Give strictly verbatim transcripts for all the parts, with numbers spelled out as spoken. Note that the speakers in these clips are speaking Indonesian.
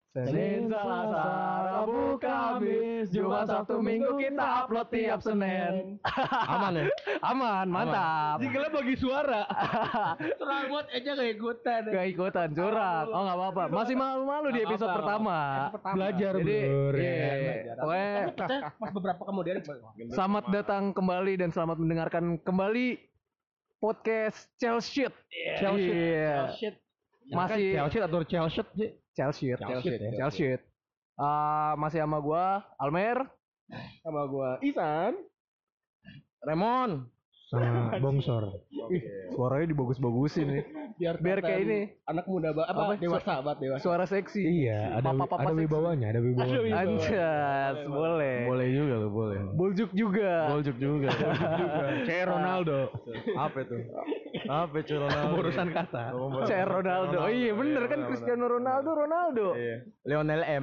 Senin, Selasa, Rabu, Kamis, Jumat, Sabtu, Minggu kita upload tiap Senin. Aman ya? Aman, mantap. Jingle bagi suara. Terang buat aja gak ikutan. Gak ikutan, curang. Oh nggak apa-apa. Masih malu-malu di episode pertama. Belajar Jadi, bro. iya. Pokoknya Pas beberapa kemudian selamat datang kembali dan selamat mendengarkan kembali podcast Chelsea. Chelsea. Iya. Masih Chelsea atau Chelsea sih? Chelsea. Chelsea, ya. Chelsea. Ah, masih sama gua Almer. Sama gua Isan, Remon, sama Bongsor. Ih, suaranya dibagus-bagusin nih. biar Biar kayak ini. anak muda ba- apa, Apa? dewasa banget dewasa. Suara seksi. Iya, ada Papa-papa ada seksi. wibawanya, ada wibawanya. Ada wibawa. Anjas, boleh. Boleh juga loh, boleh. Boljuk juga. Boljuk juga. Kayak Ronaldo. Apa itu? Apa itu Ronaldo? Urusan kata. Saya Ronaldo. Oh, iya bener kan Cristiano Ronaldo Ronaldo. Lionel M.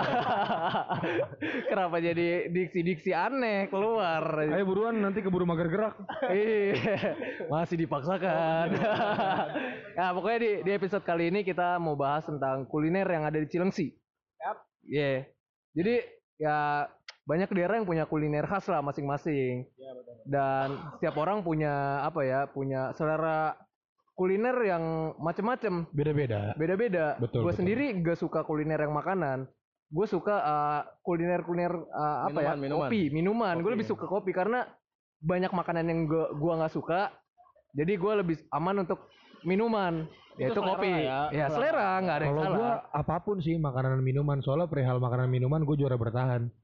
Kenapa jadi diksi-diksi aneh keluar? Ayo buruan nanti keburu mager gerak. Iya, masih dipaksakan. Nah, pokoknya di, di episode kali ini kita mau bahas tentang kuliner yang ada di Cilengsi. Yap. Iya. Jadi ya banyak daerah yang punya kuliner khas lah masing-masing. Iya betul. Dan setiap orang punya apa ya? Punya selera kuliner yang macam-macam. Beda-beda. Beda-beda. Betul, Gue betul. sendiri gak suka kuliner yang makanan. Gue suka uh, kuliner-kuliner uh, apa ya? Minuman, minuman. Kopi, minuman. Gue Kopi. lebih suka kopi karena banyak makanan yang gue gua nggak suka. Jadi gue lebih aman untuk minuman, yaitu selera kopi. ya. Ya selera, nggak ada yang Kalau salah. gua apapun sih makanan dan minuman, soalnya perihal makanan minuman gue juara bertahan.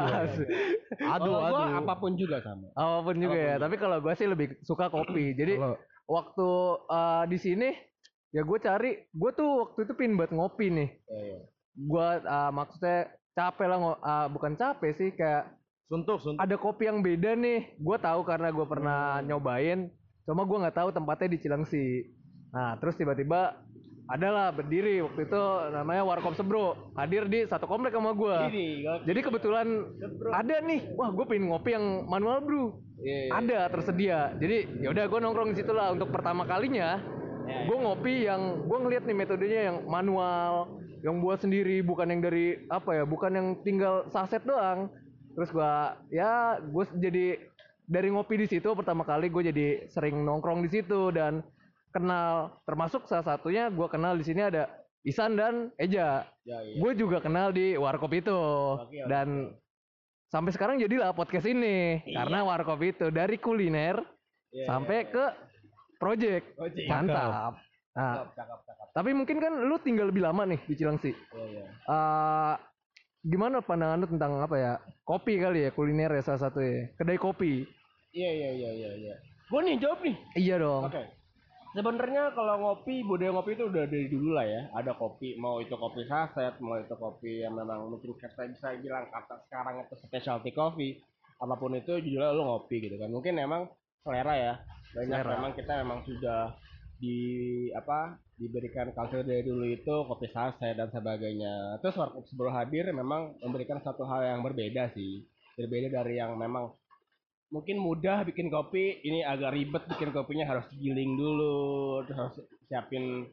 Aduh, aduh. Apapun juga sama. Apapun juga Apapun ya. juga. Tapi kalau gue sih lebih suka kopi. Jadi Kalau waktu uh, di sini ya gue cari, gue tuh waktu itu pin buat ngopi nih. Iya, iya. Gue uh, maksudnya capek lah, ngo- uh, bukan capek sih kayak Suntuk, suntuk. ada kopi yang beda nih. Gue tahu karena gue pernah nyobain. Cuma gue nggak tahu tempatnya di Cilengsi. Nah terus tiba-tiba adalah berdiri waktu itu namanya Warkop Sebro, hadir di satu komplek sama gue. Ini, Jadi kebetulan ada nih, wah gue pengen ngopi yang manual brew. Iya, iya. Ada tersedia. Jadi ya udah gue nongkrong di situ lah untuk pertama kalinya. Ya, Gue ngopi yang gue ngeliat nih metodenya yang manual, yang buat sendiri, bukan yang dari apa ya, bukan yang tinggal saset doang. Terus gue ya gue jadi dari ngopi di situ pertama kali gue jadi sering nongkrong di situ dan kenal, termasuk salah satunya gue kenal di sini ada Isan dan Eja. Ya, iya. Gue juga kenal di Warkop itu. Oke, oke. Dan sampai sekarang jadilah podcast ini karena Warkop itu dari kuliner Iya, sampai iya, ke project. Project. Mantap. Nah, Cakep, cakep, cakep. tapi mungkin kan lu tinggal lebih lama nih di Cilengsi. Iya, iya. Eh, gimana pandangan lu tentang apa ya? Kopi kali ya, kuliner ya salah satu ya. Kedai kopi. Iya, iya, iya, iya, iya. Gue nih jawab nih. Iya dong. Oke. Sebenarnya kalau ngopi, budaya ngopi itu udah dari dulu lah ya. Ada kopi, mau itu kopi saset, mau itu kopi yang memang mungkin kita bisa bilang kata sekarang itu specialty coffee. Apapun itu judulnya lu ngopi gitu kan. Mungkin memang selera ya. Banyak Selera. memang kita memang sudah di apa diberikan culture dari dulu itu kopi saset dan sebagainya. Terus Warkop Sebelum hadir memang memberikan satu hal yang berbeda sih. Berbeda dari yang memang mungkin mudah bikin kopi, ini agak ribet bikin kopinya, harus giling dulu, terus harus siapin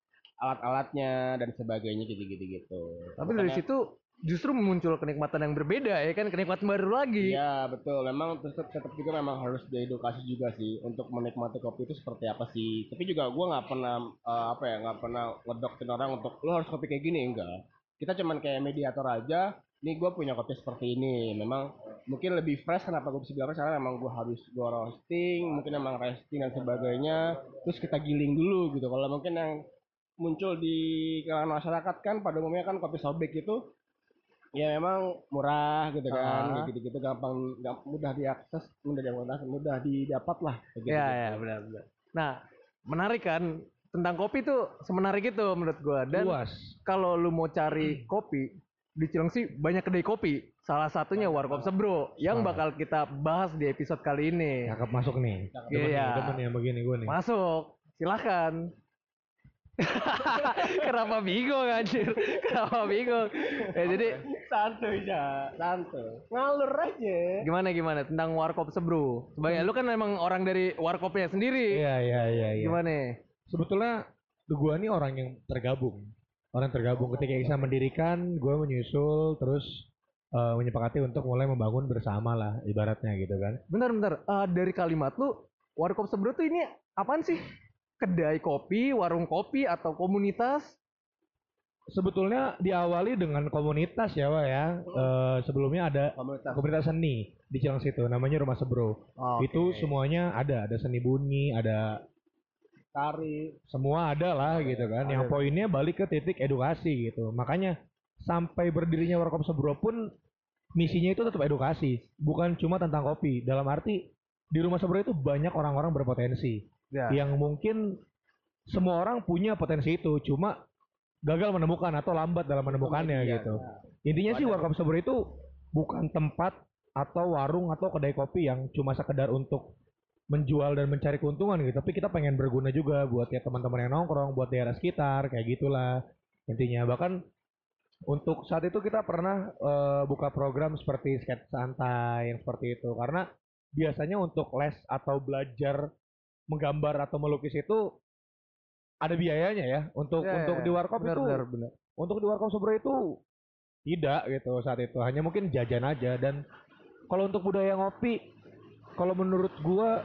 alat-alatnya dan sebagainya gitu-gitu gitu. Tapi dari situ justru muncul kenikmatan yang berbeda ya kan, kenikmatan baru lagi. Iya betul, memang tetap, tetap juga memang harus diedukasi juga sih untuk menikmati kopi itu seperti apa sih. Tapi juga gue nggak pernah eh, apa ya nggak pernah ngedoktrin orang untuk lo harus kopi kayak gini, enggak. Kita cuman kayak mediator aja. Nih gue punya kopi seperti ini, memang mungkin lebih fresh. Kenapa gue bisa bilang fresh? Karena memang gue habis gue roasting, mungkin memang roasting dan sebagainya. Terus kita giling dulu gitu. Kalau mungkin yang muncul di kalangan masyarakat kan pada umumnya kan kopi sobek itu ya memang murah gitu kan, Ah. gitu-gitu gampang, gampang mudah diakses, mudah diakses, mudah didapat lah. Gitu, Iya, ya, benar-benar. Nah, menarik kan tentang kopi tuh semenarik itu menurut gua. Dan luas. kalau lu mau cari kopi di Cilengsi banyak kedai kopi. Salah satunya Warkop Sebro yang bakal kita bahas di episode kali ini. Cakep masuk nih. Demen Iya. nih, demen yang begini gue nih. Masuk, silahkan. Kenapa bingung anjir? Kenapa bingung? Ya, jadi Santuy ya, santuy. Ngalur aja. gimana gimana tentang Warkop Sebro? Sebagai lu kan memang orang dari Warkopnya sendiri. Iya, iya, iya, iya. Gimana? Sebetulnya gue nih orang yang tergabung. orang tergabung. Ketika Iksan mendirikan, gue menyusul, terus eh, menyepakati untuk mulai membangun bersama lah, ibaratnya gitu kan. Bentar-bentar, uh, dari kalimat lu, Warkop Sebro tuh ini apaan sih? Kedai kopi, warung kopi, atau komunitas? Sebetulnya diawali dengan komunitas ya, Wak ya. Eh, sebelumnya ada Komunitas. komunitas seni di Cilengsi itu, namanya Rumah Sebro. Oh, Itu semuanya ada, ada seni bunyi, ada Tari. semua ada lah gitu kan. Yang poinnya balik ke titik edukasi gitu. Makanya sampai berdirinya Warkop Sebro pun misinya itu tetap edukasi, bukan cuma tentang kopi. Dalam arti di Rumah Sebro itu banyak orang-orang berpotensi Ya. yang mungkin semua orang punya potensi itu, cuma gagal menemukan atau lambat dalam menemukannya Iya, gitu. Intinya sih Warkop Sebro itu bukan tempat atau warung atau kedai kopi yang cuma sekedar untuk menjual dan mencari keuntungan gitu, tapi kita pengen berguna juga buat ya teman-teman yang nongkrong, buat daerah sekitar kayak gitulah intinya. Bahkan untuk saat itu kita pernah eh, buka program seperti sketsa santai yang seperti itu, karena biasanya untuk les atau belajar menggambar atau melukis itu ada biayanya ya. Untuk Ya, untuk ya, di Warkop benar, itu benar, benar. untuk di Warkop Sebro itu tidak gitu saat itu, hanya mungkin jajan aja. Dan kalau untuk budaya ngopi, kalau menurut gua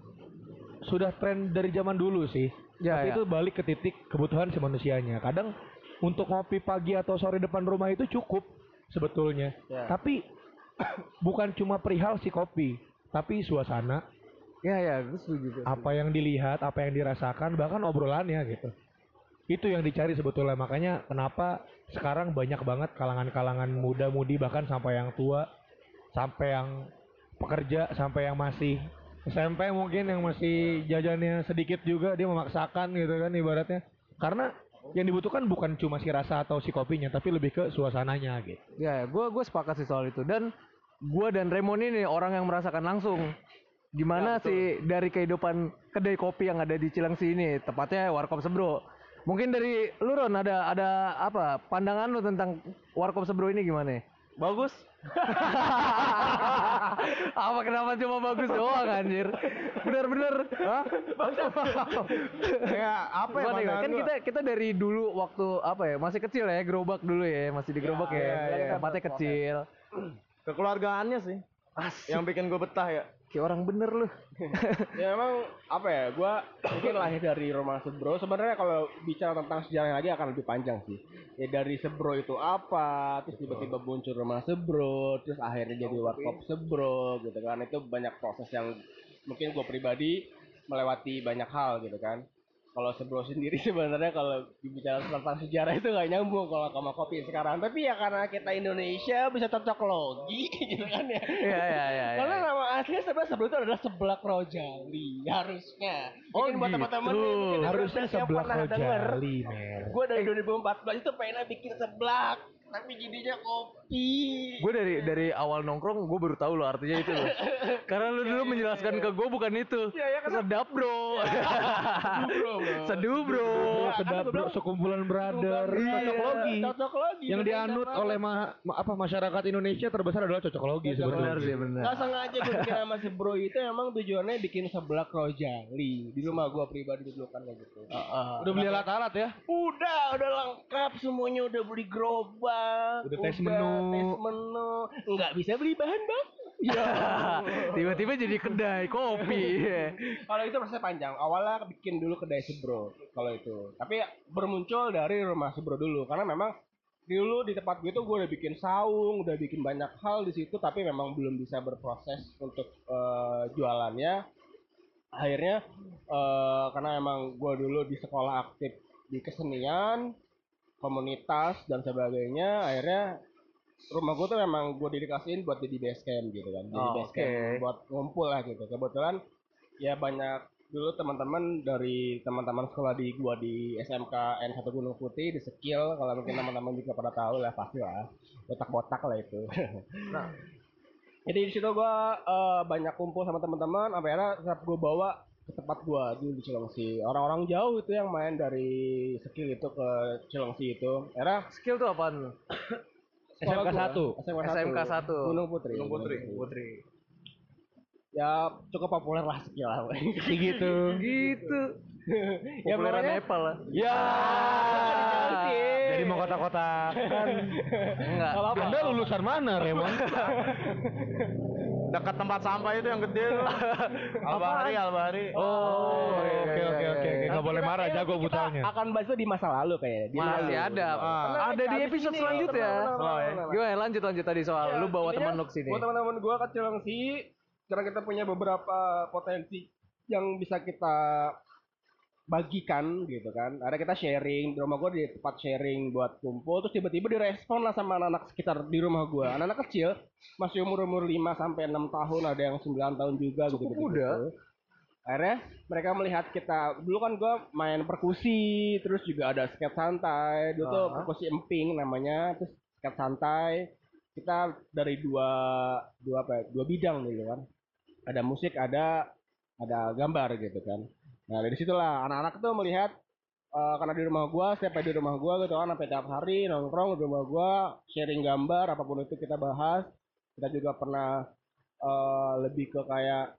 sudah tren dari zaman dulu sih. Ya, Tapi ya. itu balik ke titik kebutuhan si manusianya. Kadang untuk ngopi pagi atau sore depan rumah itu cukup sebetulnya. Ya. Tapi bukan cuma perihal si kopi, tapi suasana, Ya, ya, gue setuju. gue apa yang dilihat, apa yang dirasakan, bahkan obrolannya gitu. Itu yang dicari sebetulnya. Makanya kenapa sekarang banyak banget kalangan-kalangan muda-mudi, bahkan sampai yang tua, sampai yang pekerja, sampai yang masih S M P mungkin, yang masih jajannya sedikit juga dia memaksakan gitu kan ibaratnya. Karena yang dibutuhkan bukan cuma si rasa atau si kopinya, tapi lebih ke suasananya gitu. Ya, ya, gue gue sepakat sih soal itu. Dan gue dan Raymond ini orang yang merasakan langsung gimana sih dari kehidupan kedai kopi yang ada di Cilengsi ini, tepatnya Warkop Sebro. Mungkin dari lu Ron ada ada apa pandangan lu tentang Warkop Sebro ini gimana? Bagus. Apa kenapa cuma bagus doang anjir? Bener-bener. Hah? Kayak apa ya Gimana ya? pandangan Kan gua? kita kita dari dulu waktu apa ya masih kecil ya gerobak dulu ya masih di gerobak ya, iya, iya. tempatnya kecil. Kekeluargaannya sih Asik. yang bikin gue betah ya. Kayak orang bener lu. Ya emang apa ya, gue mungkin lahir dari Rumah Sebro. Sebenarnya kalau bicara tentang sejarahnya lagi akan lebih panjang sih. Ya dari Sebro itu apa, terus tiba-tiba muncul Rumah Sebro, terus akhirnya jadi Warkop Sebro gitu kan. Itu banyak proses yang mungkin gue pribadi melewati banyak hal gitu kan. Kalau Sebro sendiri sebenarnya kalau bicara tentang sejarah itu nggak nyambung kalau sama kopi sekarang. Tapi ya karena kita Indonesia bisa cocok logi gitu kan ya. Iya iya iya. Karena nama aslinya sebenarnya Sebelum itu adalah Seblak Rojali harusnya. Oh, Mungkin buat gitu. teman-teman yang mungkin Harusnya yang sebelah pernah denger, Rojali, men. gue dari dua ribu empat belas itu pengen bikin seblak, tapi jadinya kopi. Gue dari dari awal nongkrong gue baru tahu loh artinya itu loh. Karena lu dulu menjelaskan ke gue bukan itu. Iya, iya, karena- Sedap bro. Bro, bro. Seduh bro. Iya, Sedap kan gua bro, bilang, sekumpulan brother, Iya, cocok logi. Cocok logi. Yang Bener dianut banget. oleh ma- ma- apa masyarakat Indonesia terbesar adalah cocok logi Cocok sebenarnya. Benar sih benar. Gak sengaja gue bikin sama si bro itu emang tujuannya bikin seblak Rojali di rumah gue pribadi dulu kan kayak gitu. Udah beli alat-alat ya? Udah, udah lengkap semuanya, udah beli gerobak, Udah tes menu. tes menu, nggak bisa beli bahan baku. Ya. Tiba-tiba jadi kedai kopi. Kalau itu prosesnya panjang. Awalnya bikin dulu kedai Sebro kalau itu. Tapi bermuncul dari Rumah Sebro dulu karena memang dulu di tempat gue tuh gue udah bikin saung, udah bikin banyak hal di situ tapi memang belum bisa berproses untuk eh, jualannya. Akhirnya eh, karena emang gue dulu di sekolah aktif di kesenian, komunitas dan sebagainya, akhirnya rumah gue tuh memang gue dedikasiin buat jadi base camp gitu kan, jadi Oh, base camp oke. buat ngumpul lah gitu. Kebetulan ya banyak dulu teman-teman dari teman-teman sekolah di gua di S M K N satu Gunung Putih di Sekil, kalau mungkin teman-teman juga pada tahu lah pasti lah, botak-botak lah itu. Nah, jadi di situ gua eh, banyak kumpul sama teman-teman, sampai akhirnya saat gua bawa ke tempat gua dulu di Cilengsi. Orang-orang jauh itu yang main dari Sekil itu ke Cilengsi itu. Akhirnya Skill tuh apaan? S M K satu. S M K satu. Gunung Putri. Gunung Putri. Putri. Ya cukup populer lah Sekil lah. Gitu. Gitu. Ya Populeran pokoknya- Nepal lah. Ya. Jadi Masih mau kotak-kotak kan. Enggak. Anda lulusan mana, Remon? Dekat tempat sampah itu yang gede tuh. Albahari, Albahari. Oh, Oke iya, oke iya, oke iya, oke. iya. Nggak boleh marah, jago Kita futalnya. akan bahas itu di masa lalu kayaknya. Di Masih lalu. ada. Ah. Ada di episode selanjutnya. Gimana lanjut lanjut tadi soal lu bawa teman lu kesini. Buat teman-teman gua ke Cilengsi, karena kita punya beberapa potensi yang bisa kita bagikan gitu kan. Ada kita sharing di rumah gua di tempat sharing buat kumpul, terus tiba-tiba direspon lah sama anak-anak sekitar di rumah gua. Anak-anak kecil masih umur-umur lima sampai enam tahun, ada yang sembilan tahun juga gitu gitu. muda. Akhirnya mereka melihat kita, dulu kan gua main perkusi, terus juga ada skate santai, dulu tuh Ah. perkusi emping namanya, terus skate santai. Kita dari dua dua apa ya, dua bidang gitu kan. Ada musik, ada ada gambar gitu kan. Nah dari situlah anak-anak tuh melihat eh, karena di rumah gua, setiap hari di rumah gua gitu kan, sampai tiap hari nongkrong di rumah gua, sharing gambar, apapun itu kita bahas. Kita juga pernah eh, lebih ke kayak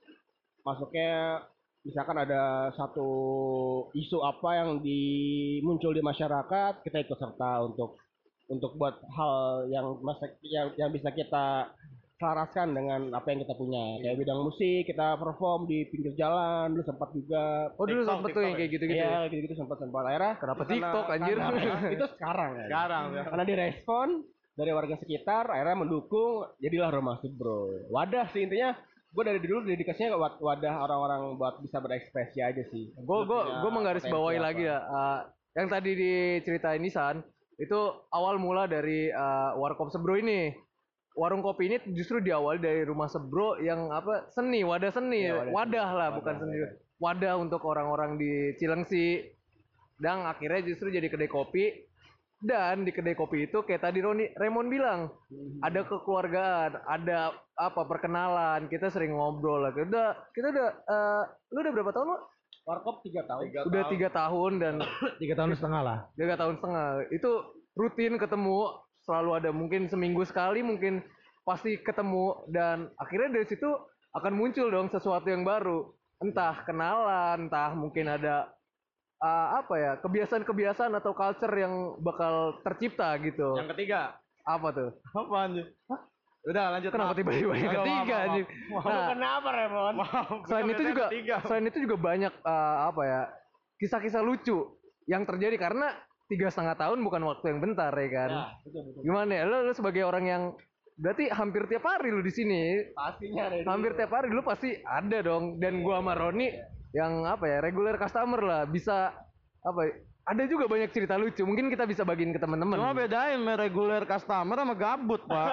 masuknya, misalkan ada satu isu apa yang di muncul di masyarakat, kita ikut serta untuk untuk buat hal yang masa yang, yang bisa kita selaraskan dengan apa yang kita punya. Kayak bidang musik, kita perform di pinggir jalan, dulu sempat juga. Oh dulu TikTok, sempet tuh yang TikTok kayak gitu-gitu. Iya, ya? gitu-gitu sempat sempat akhirnya. Kenapa karena- TikTok, anjir? karena- itu sekarang ya. Sekarang ya. Karena direspon dari warga sekitar, akhirnya mendukung, jadilah Rumah Subro. Wadah sih intinya. Gue dari dulu dedikasinya ke wadah orang-orang buat bisa berekspresi aja sih. Gue gue Punya gue menggarisbawahi potensi lagi apa. ya. eh, yang tadi diceritain Nisan itu awal mula dari eh, Warkop Sebro ini. Warung kopi ini justru diawali dari Rumah Sebro yang apa seni, wadah seni, Ya, wadah wadah, seni. lah Wadah, bukan seni, wadah. wadah untuk orang-orang di Cilengsi. Dan akhirnya justru jadi kedai kopi. Dan di kedai kopi itu kayak tadi Roni Raymond bilang, ada kekeluargaan, ada apa perkenalan, kita sering ngobrol lah. Kita udah kita udah eh, lu udah berapa tahun lo? Warkop tiga tahun. Udah tiga tahun dan Tiga tahun setengah lah. tiga tahun setengah. Itu rutin ketemu, selalu ada mungkin seminggu sekali mungkin pasti ketemu dan akhirnya dari situ akan muncul dong sesuatu yang baru. Entah kenalan, entah mungkin ada uh, apa ya kebiasaan-kebiasaan atau culture yang bakal tercipta gitu. Yang ketiga. Apa tuh? Apa anjir? Udah lanjut. Kenapa maaf. tiba-tiba yang Aduh, ketiga maaf, anjing? maaf. Nah, Kenapa Remon? Maaf, selain kita itu biasanya juga ketiga. selain itu juga banyak uh, apa ya kisah-kisah lucu yang terjadi karena tiga setengah tahun bukan waktu yang bentar ya kan. Ya, betul betul. Gimana ya? Lo, lo sebagai orang yang berarti hampir tiap hari lu di sini. Pastinya dari Hampir tiap hari dulu pasti ada dong. Dan gua sama Roni yang apa ya regular customer lah bisa apa? ya, Ada juga banyak cerita lucu. Mungkin kita bisa bagiin ke teman-teman. Cuma bedain regular customer sama gabut, Pak.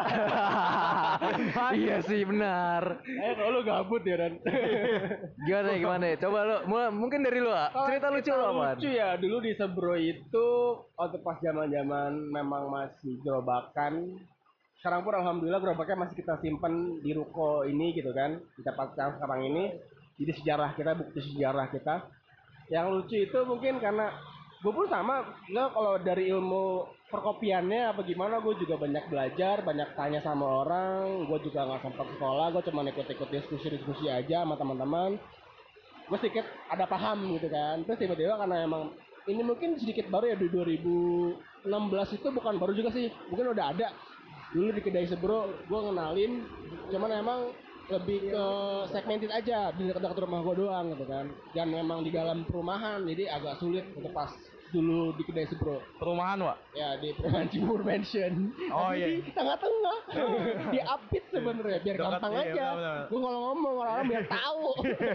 Iya sih benar. Eh kalau lu gabut ya Dan. Gimana ya gimana ya? Coba lo mulai- mungkin dari lo ah. Cerita lucu lo apaan? Lucu ya, dulu di Sebro itu waktu pas zaman-zaman memang masih gerobakan. Sekarang pun alhamdulillah gerobaknya masih kita simpen di ruko ini gitu kan. Di tempat yang sekarang ini. Jadi sejarah kita, bukti sejarah kita. Yang lucu itu mungkin karena gue pun sama, gue kalau dari ilmu perkopiannya apa gimana, gue juga banyak belajar, banyak tanya sama orang. Gue juga nggak sempat sekolah, gue cuma ikut-ikut diskusi-diskusi aja sama teman-teman. Gue sedikit ada paham gitu kan. Terus tiba-tiba karena emang ini mungkin sedikit baru ya, di dua ribu enam belas itu bukan baru juga sih, mungkin udah ada dulu di kedai Sebro. Gue ngenalin, cuman emang lebih ke segmented aja di dekat-dekat rumah gue doang gitu kan, dan memang di dalam perumahan jadi agak sulit untuk pas dulu di kedai Sebro. Perumahan, Pak. Ya di perumahan Cibubur Mansion. Oh, Tapi iya. di tengah-tengah. Di Apit sebenarnya biar Dekat, gampang iya, aja. benar-benar. Gue kalau ngomong orang-orang biar tahu.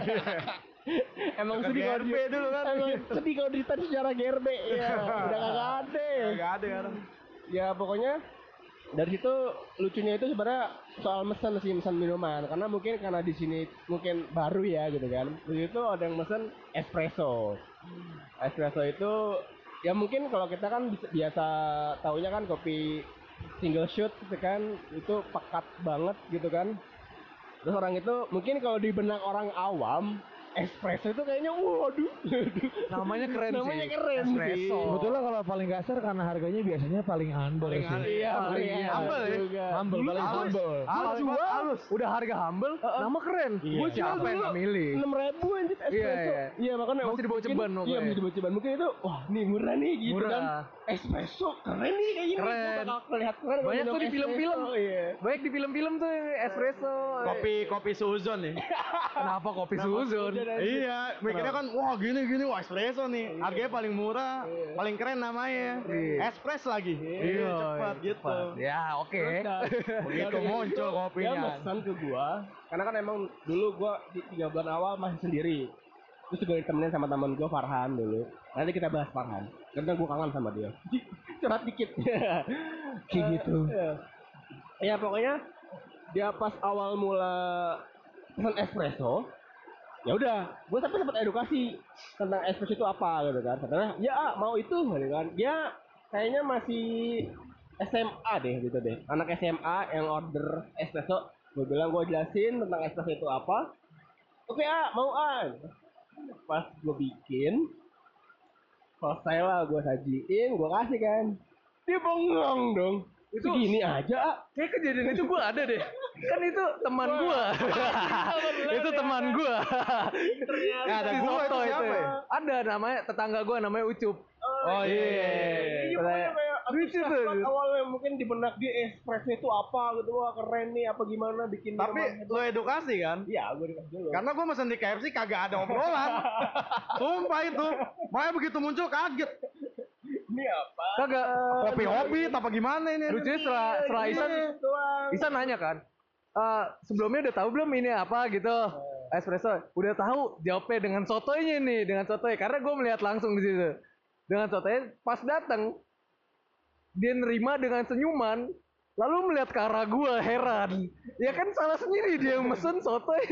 Emang Dekat sedih kalau G R B di- dulu kan. Emang sedih kalau ditanya sejarah G R B ya. Udah kagak ada. Enggak ada kan. Ya pokoknya dari situ lucunya itu sebenarnya soal mesen sih, mesen minuman, karena mungkin karena di sini mungkin baru ya gitu kan. Di situ ada yang mesen espresso. Espresso itu ya mungkin kalau kita kan bisa- biasa taunya kan kopi single shot gitu kan, itu pekat banget gitu kan. Terus orang itu mungkin kalau di benak orang awam espresso itu kayaknya waduh. Namanya keren sih. Namanya keren sih. Espresso. Sebetulnya kalau paling kasar karena harganya biasanya paling humble sih. Iya, Paling iya, humble ya? juga. Humble paling halus. humble. Halus, Jual, halus. udah harga humble, nama keren. Iya. Gue siapa yang nggak milih? enam ribu anjir espresso. Iya, iya. Iya, makanya Masih di bawah mungkin- ceban Iya, pokoknya. masih di bawah ceban. Mungkin itu wah, nih murah nih gitu Murah. kan. Espresso keren nih kayak gini. Keren. Gua bakal kelihatan keren kalau Banyak minum tuh di film-film. espresso, Iya. Banyak di film-film tuh espresso. Kopi kopi Suzon nih. Kenapa kopi Suzon? Iya, mikirnya kan wah gini gini wah espresso nih. Harganya paling murah, paling keren namanya. Iya. Espresso lagi. Iya, cepat iya, gitu. Ya, oke. Begitu muncul Dia kopinya. pesan ke gua, karena kan emang dulu gua di tiga bulan awal masih sendiri. Terus juga ditemenin sama teman gua Farhan dulu. Nanti kita bahas Farhan. Karena gua kangen sama dia. Curhat dikit. Kayak gitu. Ya pokoknya dia pas awal mula pesan espresso, ya udah, gue tapi sempat edukasi tentang espresso itu apa gitu kan. Katanya, ya ah, mau itu gitu kan. Dia kayaknya masih S M A deh gitu deh. Anak S M A yang order espresso. Gue bilang gue jelasin tentang espresso itu apa. Oke ah, mau ah. Pas gue bikin, selesai lah gue sajiin, gue kasih kan. Dia bengong dong. Itu gini aja ah. Kayak kejadian itu gua ada deh. Kan itu teman gua. itu teman gua. Ya, ada Si gua itu Soto siapa ya? Ada namanya tetangga gua namanya Ucup. Oh iya. Iya, pokoknya kayak Lucu antusias tuh. banget awalnya mungkin di benak dia espresso itu apa gitu, wah keren nih apa gimana bikin Tapi minuman. lo edukasi kan? Iya, gue dikasih dulu. Karena gue mesen di K F C kagak ada obrolan. Sumpah itu. Makanya begitu muncul kaget. Ini apa? Kagak. Kopi hobbit apa gimana ini? Lucunya setelah setelah Isan doang. Isan nanya kan. "Eh, sebelumnya udah tahu belum ini apa gitu?" Espresso. Udah tahu, jawabnya dengan sotoynya nih, dengan sotoy karena gue melihat langsung di situ. Dengan sotoy pas datang dia nerima dengan senyuman, lalu melihat ke arah gue heran. Ya kan salah sendiri dia yang mesen sotoy.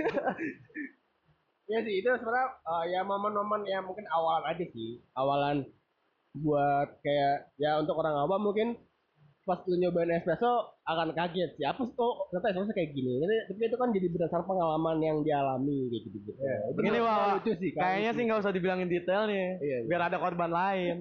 Ya sih itu sebenarnya eh, ya momen-momen ya mungkin awalan aja sih. Awalan buat kayak ya untuk orang awam mungkin pas lu nyobain espresso akan kaget sih. Apa sih oh ternyata espresso kayak gini. Tapi, tapi itu kan jadi berdasar pengalaman yang dialami kayak gitu gitu. Ya, itu Ini benar- wah, lucu sih. kan. kayaknya sih nggak usah dibilangin detail nih, Iya, iya. biar ada korban lain.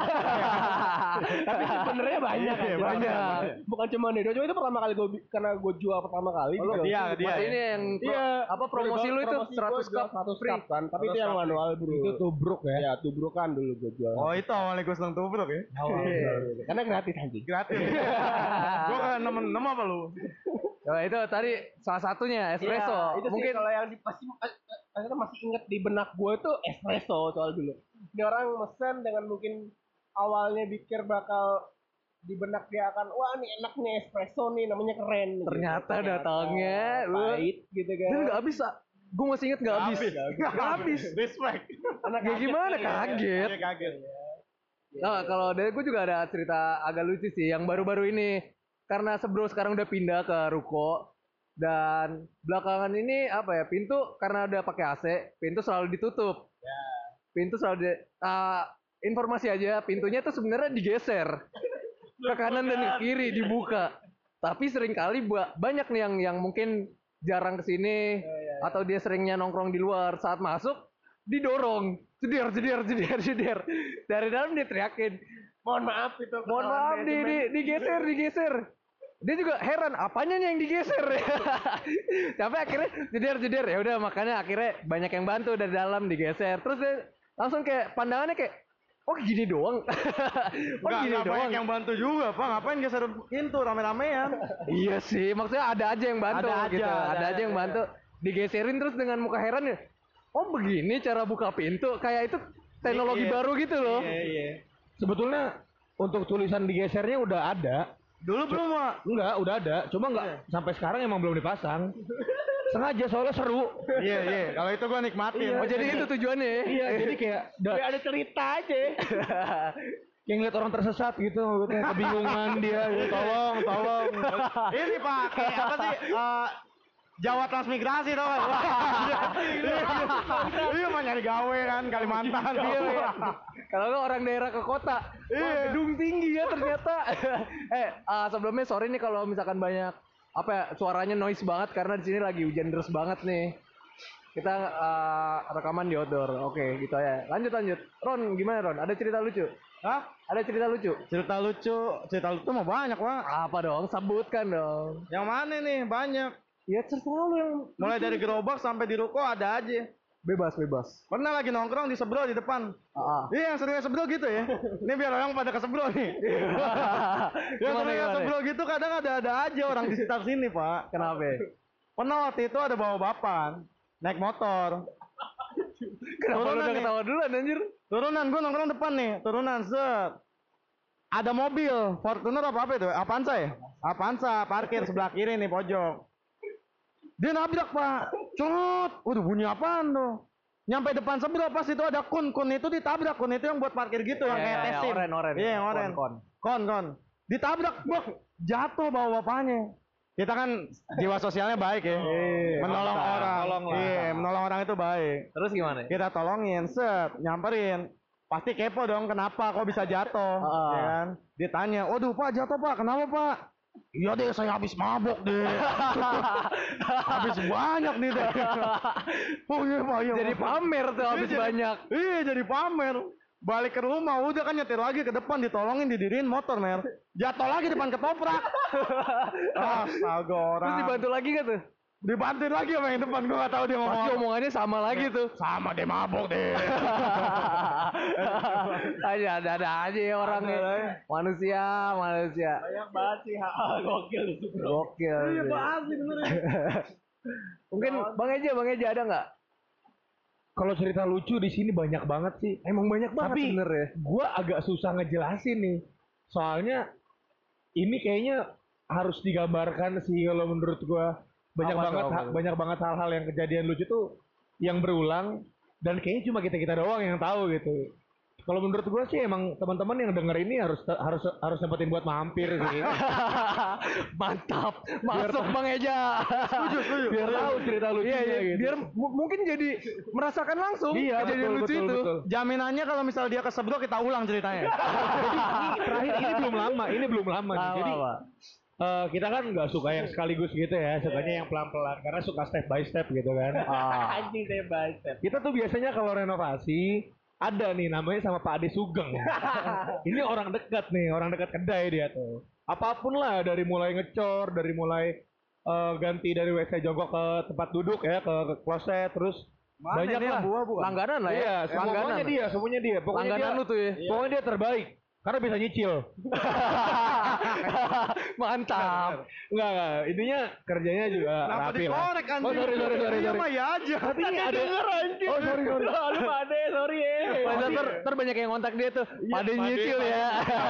Tapi sebenarnya banyak kan. Iya, banyak. Bukan cuma Dedo, cuma itu pertama kali gue karena gue jual pertama kali. Oh, juga. dia, dia. Mas ini yang pro- Iya. apa promosi lu itu Promosi seratus gua jual cup seratus free. cup kan, tapi itu seratus yang cup. manual bro. Itu tubruk ya. Ya tubrukan dulu gue jual. Oh itu awalnya gue seneng tubruk ya? Iya. Karena gratis anjing. Gratis. Gue kan nemen-nemen apa lu? Nah, itu tadi salah satunya espresso. Iya, itu Mungkin sih kalau yang di, pasti akhirnya masih inget di benak gue itu espresso soal dulu. Ini orang mesen dengan mungkin awalnya pikir bakal di benak dia akan wah nih enak nih espresso nih namanya keren. Ternyata gitu. datangnya, lu- pahit gitu kan. dan nggak bisa. Gue masih inget nggak habis. Nggak habis. Respect. Anak Ya kaget gimana kali ya. kaget. Iya kaget. Nah, kalau dari gue juga ada cerita agak lucu sih yang baru-baru ini. Karena sebro sekarang udah pindah ke ruko dan belakangan ini apa ya pintu karena udah pakai A C pintu selalu ditutup. Pintu selalu di, ah, informasi aja pintunya tuh sebenarnya digeser ke kanan dan ke kiri dibuka. Tapi seringkali ba- banyak nih yang yang mungkin jarang kesini atau dia seringnya nongkrong di luar saat masuk didorong jeder jeder jeder jeder dari dalam dia teriakin Mohon maaf itu. mohon maaf di, di, digeser digeser dia juga heran apanya nih yang digeser sampai akhirnya jeder jeder ya udah makanya akhirnya banyak yang bantu dari dalam digeser terus dia langsung kayak pandangannya kayak oh gini doang oh Enggak, gini enggak doang banyak yang bantu juga, Pak. Ngapain geser pintu rame-ramean? iya sih maksudnya ada aja yang bantu Ada aja, gitu ada, ada aja aja. yang bantu digeserin terus dengan muka heran ya oh begini cara buka pintu kayak itu teknologi Iya. baru gitu loh Iya, iya. Sebetulnya untuk tulisan digesernya udah ada. Dulu belum, Pak. Enggak, udah ada. Cuma enggak sampai sekarang emang belum dipasang. Sengaja soalnya seru. Iya, iya. Kalau itu gua nikmatin. oh jadi itu tujuannya Iya, jadi kayak da- Ya ada cerita aja. kayak ngeliat orang tersesat gitu, maksudnya kebingungan dia. Gitu. Tolong, tolong. Ini Pak, kayak apa sih? Eh, Jawa Transmigrasi tau gak? Iya mah nyari gawe kan Kalimantan. Iya, iya. Kalau nggak orang daerah ke kota, wah Iya. gedung tinggi ya ternyata. eh, ah, sebelumnya sorry nih kalau misalkan banyak apa ya suaranya noise banget karena di sini lagi hujan deras banget nih. kita eh, rekaman di outdoor. Oke, gitu ya. Lanjut lanjut. Ron, gimana Ron? Ada cerita lucu? Hah? Ada cerita lucu? Cerita lucu, cerita lucu mah banyak, Pak. Apa dong? Sebutkan dong. Yang mana nih? Banyak. Ya terserah lu yang Mulai dari gerobak sampai di ruko ada aja. bebas bebas. Pernah lagi nongkrong di sebelah di depan. Ah. Iya, yang seringnya sebelah gitu ya. Ini biar orang pada ke sebelah nih. Yang Gimana, seringnya gimana? sebelah gitu kadang ada-ada aja orang di sekitar sini, Pak. Kenapa? Pernah waktu itu ada bawa bapan naik motor. Kenapa lu Turunan udah nih. ketawa duluan anjir? Turunan gua nongkrong depan nih, turunan set. Ada mobil Fortuner apa apa itu? Avanza ya? Avanza parkir sebelah kiri nih pojok. Dia nabrak, Pak. Cut. Waduh, bunyi apaan tuh? Nyampe depan sebelah pas itu ada kun. Kun itu ditabrak. Kun itu yang buat parkir gitu yang Ya, kayak ya, ya, tesim. oren, oren. Iya, yang Kon, oren. kon. Kon, kon. Ditabrak, bok. Jatuh bawa bapaknya. Kita kan jiwa sosialnya baik ya. Menolong mantap. orang. Tolong lah. Iya, menolong orang itu baik. Terus gimana? Kita tolongin, set, nyamperin. Pasti kepo dong, kenapa kok bisa jatuh, Ah. ya kan? Ditanya, waduh Pak jatuh Pak, kenapa Pak? Iya deh, saya habis mabok deh. Habis banyak nih deh. Oh iya Pak, iya. Jadi Pak. pamer tuh habis Iya, jadi- banyak. Iya, jadi pamer. Balik ke rumah, udah kan nyetir lagi ke depan, ditolongin, didiriin motor, Mer. Jatuh lagi depan ketoprak. Astaga orang. Terus dibantu lagi gak tuh? Dibantuin lagi sama yang depan, gua gak tahu dia ngomong Pasti apa. omongannya sama lagi tuh. Sama deh mabok deh. aja ada ada aja ya orangnya. Manusia, manusia. Banyak banget sih, gokil itu. Gokil. Iya, sih. bahas sih bener. Mungkin Bang Eja, Bang Eja ada nggak? Kalau cerita lucu di sini banyak banget sih. Emang banyak banget Tapi sebenarnya. gua agak susah ngejelasin nih. Soalnya ini kayaknya harus digambarkan sih kalau menurut gua. Banyak Apa tuh, banget apa ha- tuh? banyak banget hal-hal yang kejadian lucu tuh yang berulang dan kayaknya cuma kita-kita doang yang tahu gitu. Kalau menurut gua sih emang teman-teman yang denger ini harus harus harus sempetin buat mampir sih. Mantap. Masuk Bang Eja. Setuju, setuju. Biar tahu cerita lucunya Iya, iya. gitu. Biar mu- mungkin jadi merasakan langsung Iya, kejadian betul, lucu betul, itu. betul. Jaminannya kalau misal dia kesebrok kita ulang ceritanya. Ini terakhir ini belum lama, ini belum lama nih. Apa, Jadi apa? eh, kita kan nggak suka yang sekaligus gitu ya, sukanya yang pelan-pelan karena suka step by step gitu kan. Ah. Anjing deh step. Kita tuh biasanya kalau renovasi ada nih namanya sama Pak Ade Sugeng. Ini orang dekat nih, orang dekat kedai dia tuh. Apapun lah dari mulai ngecor, dari mulai eh, ganti dari W C jongkok ke tempat duduk ya, ke, ke kloset, terus banyak lah. Langganan lah ya. Iya, langganan. semuanya dia, semuanya dia. Pokoknya Langganan dia, lu tuh ya. pokoknya dia terbaik. Karena bisa nyicil. Mantap. Enggak, enggak. Intinya kerjanya juga Kenapa rapi lah. dikorek anjing? Oh, sorry, sorry, sorry, Iya sorry. mah ya aja. Tapi ini ada... Oh, sorry, sorry. Lu Pade, sorry ya. Padahal ter, ter banyak yang ngontak dia tuh. Pade Pade, nyicil Pade. ya.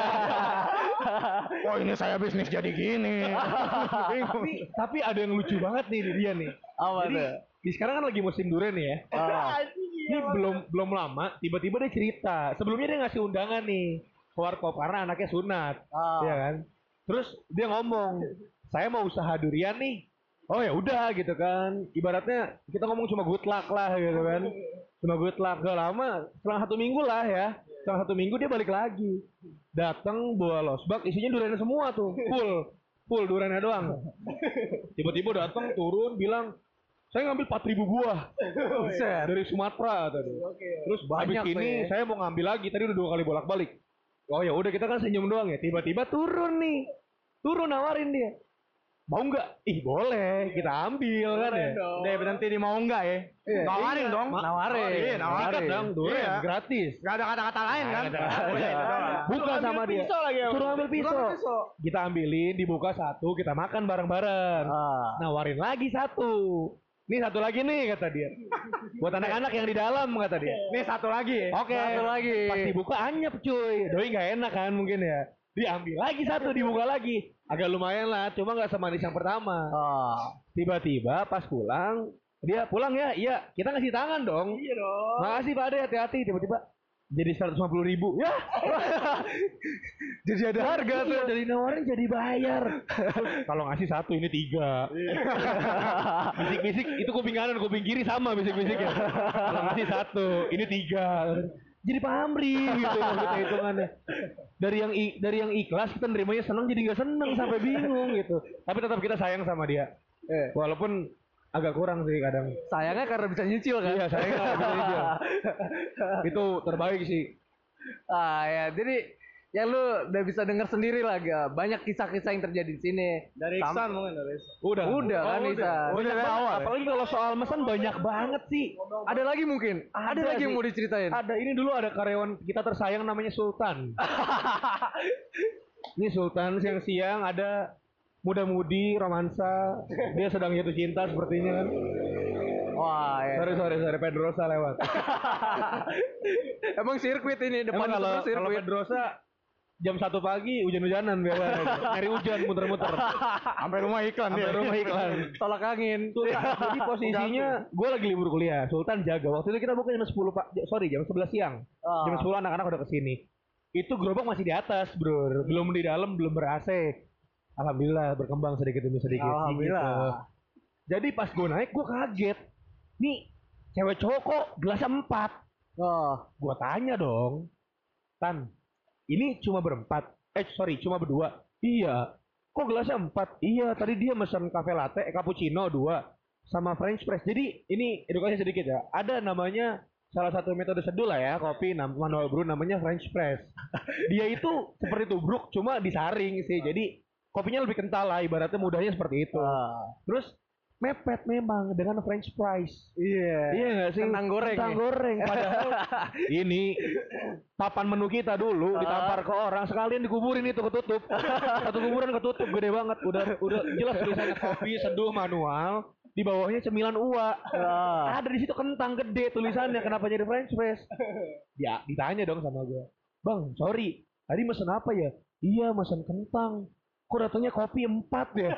Oh ini saya bisnis jadi gini. tapi, tapi ada yang lucu banget nih di dia nih. Apa Jadi, tuh? di sekarang kan lagi musim durian nih ya. Ah. Ini belum belum lama, tiba-tiba dia cerita. Sebelumnya dia ngasih undangan nih ke warkop karena anaknya sunat, Ah. ya kan. Terus dia ngomong, saya mau usaha durian nih. Oh ya udah gitu kan. Ibaratnya kita ngomong cuma good luck lah gitu kan. Cuma good luck. Gak lama, selang satu minggu lah ya. Selang satu minggu dia balik lagi. Datang bawa losbak, isinya duriannya semua tuh, full, full duriannya doang. Tiba-tiba datang turun bilang, saya ngambil empat ribu buah dari Sumatera tadi. Terus Banyak habis tuh ini ya. saya mau ngambil lagi. Tadi udah dua kali bolak-balik. Oh ya udah kita kan senyum doang ya. Tiba-tiba turun nih, turun nawarin dia. Mau nggak? Ih boleh, kita ambil kan ya. Deh berhenti di mau enggak ya? Iya. Nawarin Iya. dong. Ma- Nawarin. Iya, nawarin. Tiket dong, durian Iya. gratis. Gak ada kata-kata lain kan? Nggak ada. Udah, itu doang. Buka sama dia. Suruh ambil pisau. Kita ambilin, dibuka satu, kita makan bareng-bareng. Ah. Nawarin lagi satu. Nih satu lagi nih kata dia. Buat anak-anak yang di dalam kata dia. Nih satu lagi. Oke. Satu lagi. Pas dibuka anyep cuy. Doi nggak enak kan mungkin ya. Diambil lagi satu, dibuka lagi. Agak lumayan lah, cuma nggak semanis yang pertama. Ah. Tiba-tiba pas pulang, dia pulang ya, iya. Kita ngasih tangan dong. Iya dong. Makasih Pak Ade, hati-hati. Tiba-tiba jadi seratus lima puluh ribu. Ya. Jadi ada harga tuh. Iya, dari nawarin jadi bayar. Kalau ngasih satu ini tiga. Bisik-bisik itu kuping kanan, kuping kiri sama bisik-bisiknya. Kalau ngasih satu, ini tiga. Jadi pamri gitu kita hitungannya. Dari yang i- dari yang ikhlas kita nerimanya seneng jadi nggak seneng sampai bingung gitu. Tapi tetap kita sayang sama dia. Eh. Walaupun agak kurang sih kadang. Sayangnya karena bisa nyicil kan. Iya, saya nggak bisa nyicil. Itu terbaik sih. Ah ya, jadi ya lu udah bisa denger sendiri lah, Ga. Banyak kisah-kisah yang terjadi di sini. Dari Sam- Iksan mungkin dari Iksan. Udah. Udah kan udah. bisa. Oh, Banyak dari banget. awal ya? Apalagi kalau soal mesen banyak banget sih. Ada lagi mungkin? Ada, Ada lagi yang sih. mau diceritain? Ada ini dulu ada karyawan kita tersayang namanya Sultan. Ini Sultan siang-siang ada muda-mudi romansa, dia sedang jatuh cinta sepertinya kan. Wah, ya. Sorry sorry sorry Pedrosa lewat. Emang sirkuit ini depan Emang kalau terus kalau sirkuit. Pedrosa jam satu pagi hujan-hujanan biasanya. Nyari hujan muter-muter. Sampai rumah iklan Sampai dia. rumah iklan. Tolak angin. Sultan, jadi posisinya gue lagi libur kuliah. Sultan jaga. Waktu itu kita buka jam sepuluh pak, sorry jam sebelas siang. Ah. Jam sepuluh anak-anak udah kesini. Itu gerobak masih di atas, bro. Belum di dalam, belum ber-A C. Alhamdulillah berkembang sedikit demi sedikit. Alhamdulillah. Gitu. Jadi pas gue naik, gue kaget. Nih, cewek cowok kok gelasnya empat. Oh, Gue tanya dong, Tan, ini cuma berempat. Eh, sorry, cuma berdua. Iya. Kok gelasnya empat? Iya, tadi dia mesen cafe latte, eh, cappuccino dua, sama French press. Jadi ini edukasi sedikit ya. Ada namanya salah satu metode seduh lah ya, kopi nam- manual brew namanya French press. Dia itu seperti tubruk, cuma disaring sih. Jadi kopinya lebih kental lah, ibaratnya mudahnya seperti itu. ah. Terus mepet memang dengan French fries. Iya. Iya nggak sih? Kentang goreng Kentang ya? goreng. Padahal ini papan menu kita dulu Ah. ditampar ke orang sekalian dikuburin itu ketutup. Satu kuburan ketutup gede banget. Udah udah jelas tulisannya kopi seduh manual. Di bawahnya cemilan uwa. Ah. Ada di situ kentang gede tulisannya. Kenapa jadi French press? Ya ditanya dong sama gue. Bang, sorry. Tadi mesen apa ya? Iya, mesen kentang. Kok datangnya kopi empat ya?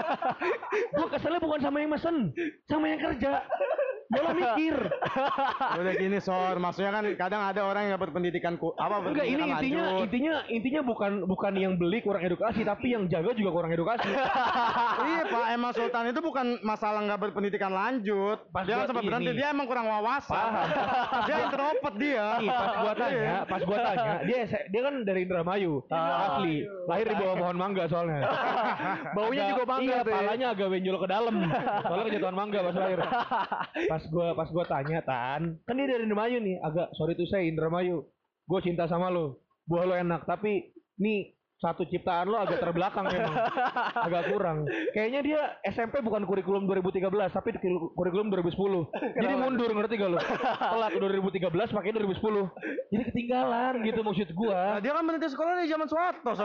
Gue keselnya bukan sama yang mesen, sama yang kerja. Bola mikir. Udah gini Sor, maksudnya kan kadang ada orang yang dapat pendidikan ku, apa Enggak, ini pendidikan intinya lanjut. intinya intinya bukan bukan yang beli kurang edukasi, tapi yang jaga juga kurang edukasi. Iya Pak, emang Sultan itu bukan masalah nggak berpendidikan lanjut. Pas Dia gua- kan sempat ini. berhenti, dia emang kurang wawasan. Paham. Dia introvert dia. Nih, pas gua tanya, pas gua tanya, dia dia kan dari Indramayu, asli, lahir di bawah pohon mangga soalnya. Baunya Agak- juga mangga iya, tuh ya. palanya agak benjol ke dalam. Soalnya kejatuhan mangga pas lahir. Pas gua pas gua tanya, Tan, kan dia dari Indramayu nih, agak sorry tuh saya Indramayu. Gue cinta sama lo, buah lo enak, tapi nih satu ciptaan lo agak terbelakang memang, agak kurang. Kayaknya dia S M P bukan kurikulum dua ribu tiga belas, tapi kurikulum dua ribu sepuluh. Jadi mundur, ngerti gak lo? Telat dua ribu tiga belas pakai dua ribu sepuluh. Jadi ketinggalan gitu maksud gua. Nah, dia kan berhenti sekolah dari zaman Soeharto, Sor.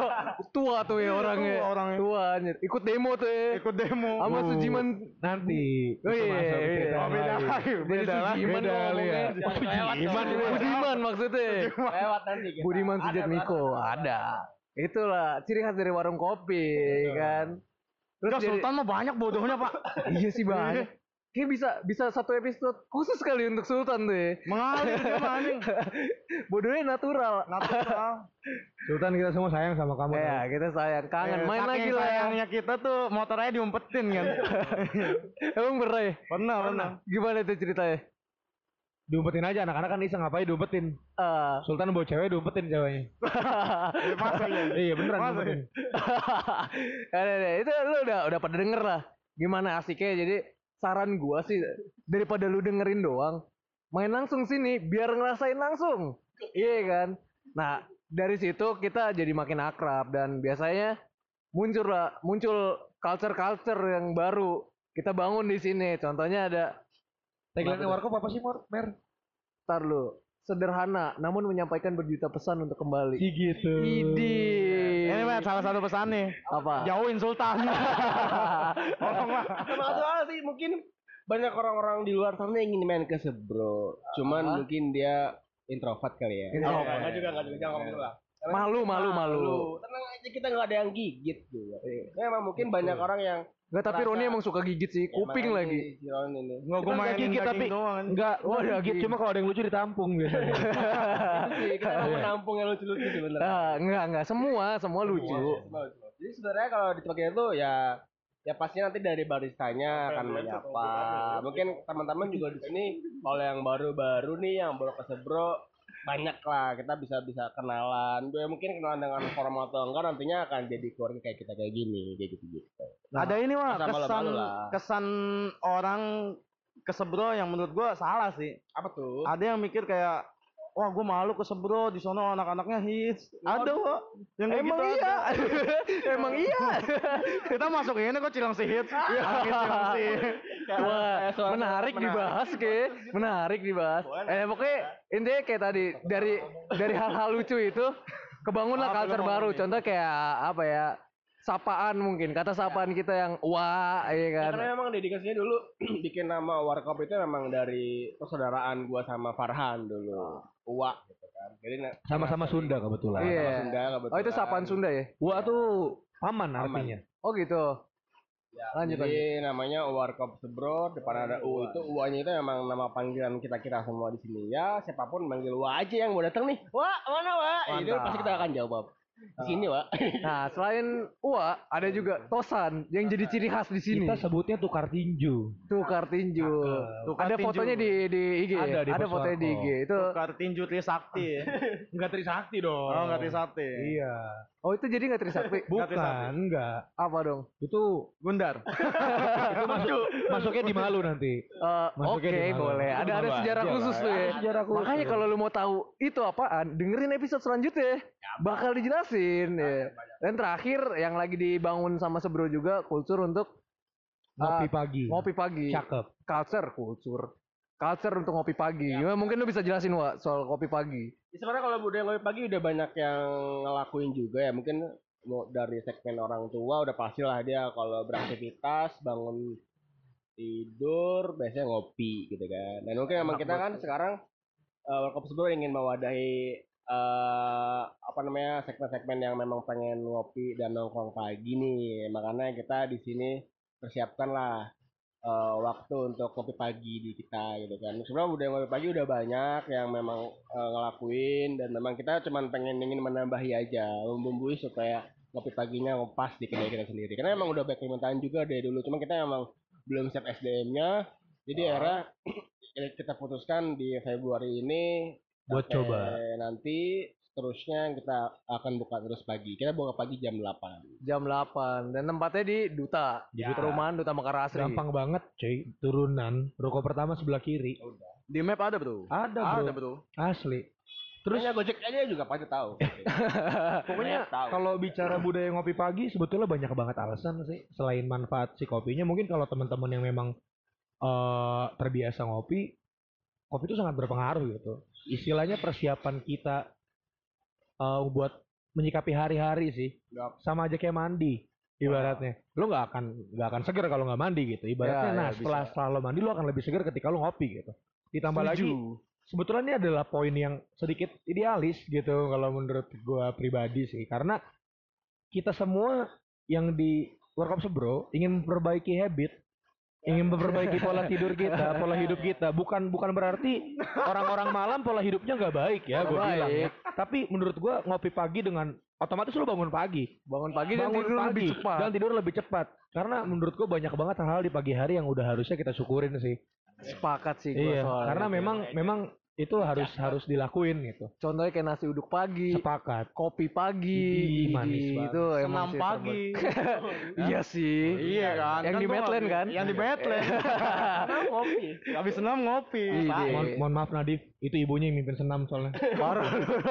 Tua tuh ya orangnya. Tua orangnya. Tua anjir. Ikut demo tuh ya. Ikut demo. Sama Uh. Sujiman. Nanti Oh itu iya, masuk iya, cerita iya. yang Oh, beda lain. lagi, Jadi beda lagi. Sujiman Beda lo kali ya. ngomongnya. Oh, Sujiman. Budiman maksudnya. Lewat nanti kita. Budiman Ada, Sujatmiko. Ada. Itulah ciri khas dari warung kopi kan. Terus Enggak, jadi- Sultan mah banyak bodohnya, Pak. iya sih banyak. Kayak bisa bisa satu episode khusus kali untuk Sultan tuh ya. Mengalir dia mah anjing. Bodohnya natural. Natural. Sultan kita semua sayang sama kamu. Ya, kita sayang. Kangen Eh, main saking lagi lah ya. sayangnya kita tuh motornya diumpetin kan. Emang bener ya? Pernah, pernah. Gimana itu ceritanya? Diumpetin aja anak-anak kan iseng ngapain diumpetin. Eh, Sultan bawa cewek diumpetin ceweknya. Ya, masa ya? Iya beneran Masa diumpetin. ada deh, itu lu udah udah pada denger lah. Gimana asiknya? Jadi saran gua sih daripada lu dengerin doang, main langsung sini biar ngerasain langsung. Iya kan? Nah, dari situ kita jadi makin akrab dan biasanya muncul lah, muncul culture-culture yang baru kita bangun di sini. Contohnya ada Tagline Warkop apa sih, Mor? Mer? Ntar lu, sederhana namun menyampaikan berjuta pesan untuk kembali. Si gitu. Idi. Ini Matt, salah satu pesan nih. Apa? Jauhin Sultan. Tolonglah. Sama satu hal sih mungkin banyak orang-orang di luar sana yang ingin main ke Sebro. Cuman Ah. mungkin dia introvert kali ya. Introvert. Oh, enggak juga, enggak juga. Jangan ngomong gitu lah. Malu, malu, malu. Tenang aja, kita nggak ada yang gigit juga. Memang mungkin banyak orang yang Enggak, tapi Rasa- Roni emang suka gigit sih, kuping Emang lagi. ini, si Ron ini. Enggak gua Kita mainin gigit, daging tapi doang. Enggak, Oh, oh, gigit daging. cuma kalau ada yang lucu ditampung biasanya. Itu sih, kita mau menampung yang lucu-lucu sebenarnya. Ah, enggak, enggak semua, semua lucu. Semua lucu. Jadi sebenarnya kalau di tempat itu ya ya pasti nanti dari baristanya akan menyapa. Mungkin teman-teman juga di sini kalau yang baru-baru nih yang baru ke Sebro banyak lah, kita bisa bisa kenalan. Ya, mungkin kenalan dengan formal atau enggak nantinya akan jadi keluarga kayak kita kayak gini, kayak gitu-gitu. Nah, ada ini mah sama kesan malu-malu lah. kesan orang ke Sebro yang menurut gua salah sih. Apa tuh? Ada yang mikir kayak wah gue malu ke Sebro, di sono anak-anaknya hits. Ada kok. Yang kayak Emang gitu iya. ada. Emang iya. Kita masuk ini kok Cilengsi hits. Iya, hits Cilengsi. Wah, Kayak suara- menarik menarik. dibahas ke, menarik dibahas. Eh pokoknya intinya kayak tadi dari dari hal-hal lucu itu kebangunlah Ah, culture belum baru. ngomong nih. Contoh kayak apa ya? Sapaan mungkin, kata sapaan kita yang wah, ya Ya, kan. karena memang dedikasinya dulu bikin nama Warkop itu memang dari persaudaraan gua sama Farhan dulu. Uwa gitu kan. Jadi na- Sama-sama karena Sunda kebetulan. Iya. sama Sunda kebetulan. Oh itu sapaan Sunda ya? Wah tuh paman artinya. Oh gitu. Ya, Lanjut, jadi namanya Warkop Sebro, depan ada U itu U-nya itu memang nama panggilan kita-kita semua di sini. Ya, siapapun manggil Wa aja yang mau datang nih. Wah, mana Wa? Itu Mantap. pasti kita akan jawab. Di sini, Wa. Nah selain Wah ada juga Tosan yang jadi ciri khas di sini. Kita sebutnya tukar tinju. Tukar tinju. Tukar Ada tinju. fotonya di di I G. Ada di ada Bos fotonya di I G. Warkop. Itu Tukar tinju Trisakti. Enggak Trisakti dong. Oh, enggak Trisakti. Iya. oh itu jadi nggak Trisakti? Bukan, enggak. Apa dong? Itu Gundar. itu masuk masuknya di Malu nanti. Eh, Oke Masuknya di mana? boleh. Ada ada Itu sejarah aja khusus lah. tuh ya. Ada sejarah khusus. Makanya kalau lu mau tahu itu apaan, dengerin episode selanjutnya. Bakal dijelasin ya. Dan terakhir yang lagi dibangun sama Sebro juga kultur untuk Ngopi ah, pagi. ngopi pagi. Cakep. Culture kultur. Culture untuk ngopi pagi. Gimana mungkin lu bisa jelasin Wak soal kopi pagi? Ya, sebenarnya kalau budaya ngopi pagi udah banyak yang ngelakuin juga ya. Mungkin mau dari segmen orang tua udah pasti lah dia kalau beraktivitas bangun tidur biasanya ngopi gitu kan. Dan mungkin emang kita kan sekarang uh, Warkop Sebro ingin mewadahi eh apa namanya segmen-segmen yang memang pengen ngopi dan nongkrong pagi nih. Makanya kita di sini persiapkan lah eh, waktu untuk kopi pagi di kita gitu kan. Sebenarnya udah ngopi pagi udah banyak yang memang eh, ngelakuin dan memang kita cuman pengen ingin menambahi aja, membumbui supaya kopi paginya pas di kedai kita sendiri. Karena emang udah banyak permintaan juga dari dulu, cuma kita emang belum siap S D M-nya. Jadi era kita putuskan di Februari ini Buat sampai coba. nanti seterusnya kita akan buka terus pagi. Kita buka pagi jam delapan. Jam delapan dan tempatnya di Duta. Di Di Duta. perumahan Duta Mekar Asri. Gampang banget, cuy. Turunan, ruko pertama sebelah kiri. Di map ada, Bro. Ada, Bro. Ada, Bro. Asli. Terus Gojek aja juga pasti tahu. Pokoknya Tahu. kalau bicara budaya ngopi pagi sebetulnya banyak banget alasan sih selain manfaat si kopinya. Mungkin kalau teman-teman yang memang eh terbiasa ngopi, kopi itu sangat berpengaruh gitu. Istilahnya persiapan kita eh buat menyikapi hari-hari sih. Yup. Sama aja kayak mandi ibaratnya. Lo nggak akan nggak akan seger kalau nggak mandi gitu. Ibaratnya Ya, nah ya, setelah bisa. setelah lo mandi lo akan lebih seger ketika lo ngopi gitu. Ditambah Setuju. lagi sebetulnya ini adalah poin yang sedikit idealis gitu kalau menurut gua pribadi sih karena kita semua yang di Warkop Sebro ingin memperbaiki habit, ingin memperbaiki pola tidur kita, pola hidup kita. Bukan bukan berarti orang-orang malam pola hidupnya nggak baik ya, gue Baik. bilang ya. Tapi menurut gua ngopi pagi dengan otomatis lu bangun pagi, Bangun pagi dan bangun tidur pagi lebih cepat. dan tidur lebih cepat. Karena menurut gua banyak banget hal-hal di pagi hari yang udah harusnya kita syukurin sih. Sepakat sih gua Iya, soal karena itu. memang memang itu harus harus dilakuin gitu. Contohnya kayak nasi uduk pagi, Sepakat. kopi pagi, Ih, manis banget. itu emang Senam sih pagi. terbaik. Iya sih. Iya kan. Yang Kan di gua Medland ngopi. kan? Yang di Medland. ngopi. Habis senam ngopi. Iya. Pak. Mohon, mohon maaf Nadif, itu ibunya yang mimpin senam soalnya. Parah.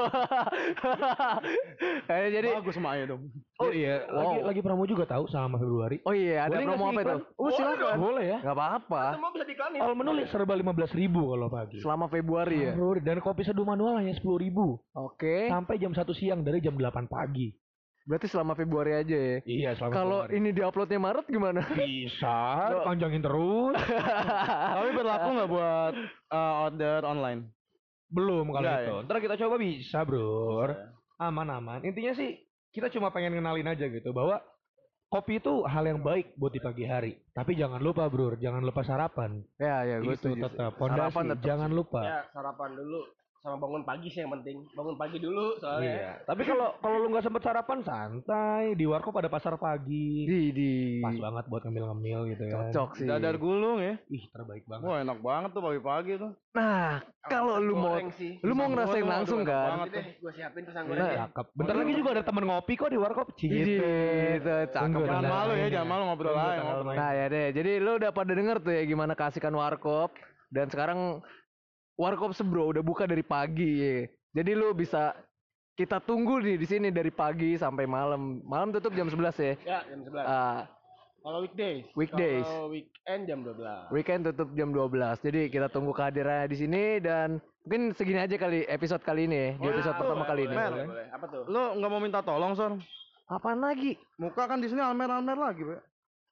Eh, jadi Bagus Maya dong. Oh iya, lagi Wow. lagi promo juga tahu selama Februari. oh iya ada Boleh nggak promo sih apa itu? iklan? Oh silakan. Boleh ya. Gak apa-apa. Semua bisa diklanin. All menu li- serba lima belas ribu kalau pagi. Selama Februari ya. Februari. Dan kopi seduh manual hanya sepuluh ribu. Oke. Sampai jam satu siang dari jam delapan pagi. Berarti selama Februari aja ya. Iya, selama Kalau Februari. ini diuploadnya Maret gimana? Bisa, panjangin terus. Tapi berlaku nggak buat uh, order online? Belum kalau Enggak itu. Ntar kita coba bisa, Bro. Aman-aman. Intinya sih kita cuma pengen kenalin aja gitu bahwa kopi itu hal yang baik buat di pagi hari. Tapi jangan lupa, Bro, jangan lupa sarapan. Ya ya gue Itu setuju. sih. tetap Sarapan pondasi, tetap jangan sih. lupa. Ya, sarapan dulu. sama bangun pagi sih yang penting. Bangun pagi dulu soalnya. Iya. Tapi kalau kalau lu nggak sempet sarapan santai di warkop ada pasar pagi. Di di Pas banget buat ngemil-ngemil gitu ya. cocok sih. Dadar gulung ya. Ih, terbaik banget. Wah enak banget tuh pagi-pagi tuh. Nah, kalau lu mau Goreng sih. lu mau Pisang ngerasain goreng, langsung aduh, enak kan? banget. Nanti deh gue siapin pisang Nah, goreng. Cakep. Bentar lagi juga ada temen ngopi kok di warkop. Gitu, Gitu. cakep. Tunggu, Jangan tanggal malu ya, mainnya. jangan malu ngobrol Tunggu aja. tanggal ngobrol. main. Nah ya deh, jadi lu udah pada denger tuh ya gimana keasikan warkop. Dan sekarang warkop Sebro udah buka dari pagi ya. Jadi lu bisa kita tunggu nih di sini dari pagi sampai malam. Malam tutup jam sebelas ya. Ya, jam sebelas. Ah, Kalau weekdays. Weekdays. Kalau weekend jam dua belas. weekend tutup jam dua belas. Jadi kita tunggu kehadirannya di sini dan mungkin segini aja kali episode kali ini ya. Di Oh, episode iya. pertama kali ini. Boleh, boleh, boleh. Apa tuh? Lu nggak mau minta tolong, Son? Apaan lagi? Muka kan di sini almer-almer lagi, Be.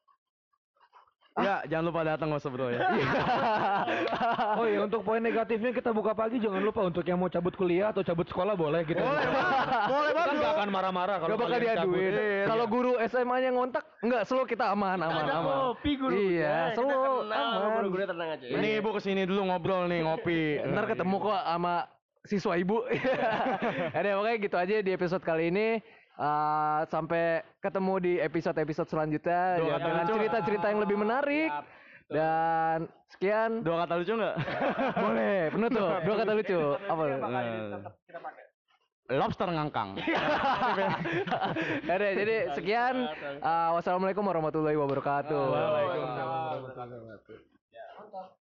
Ya, jangan lupa datang Mas Bro ya. Oh iya, untuk poin negatifnya kita buka pagi, jangan lupa untuk yang mau cabut kuliah atau cabut sekolah boleh gitu. Boleh banget. Boleh Kita banget. nggak akan marah-marah kalau Gak bakal kalian cabut. diaduin. Iya. Kalau guru S M A-nya ngontak, enggak, selalu kita aman, aman, Ada aman. kopi guru. Iya, kita selalu kenal sama aman. guru-guru tenang aja. Ini Ibu kesini dulu ngobrol nih, ngopi. Ntar ketemu kok sama siswa ibu. Ada pokoknya gitu aja di episode kali ini. Uh, sampai ketemu di episode-episode selanjutnya Dua ya, kata dengan lucu. cerita-cerita yang lebih menarik. Dan sekian. Dua kata lucu nggak? Boleh, penutup. Dua kata lucu. Apa? Lobster ngangkang. Ya deh, jadi sekian. Uh, wassalamualaikum warahmatullahi wabarakatuh. Waalaikumsalam warahmatullahi wabarakatuh.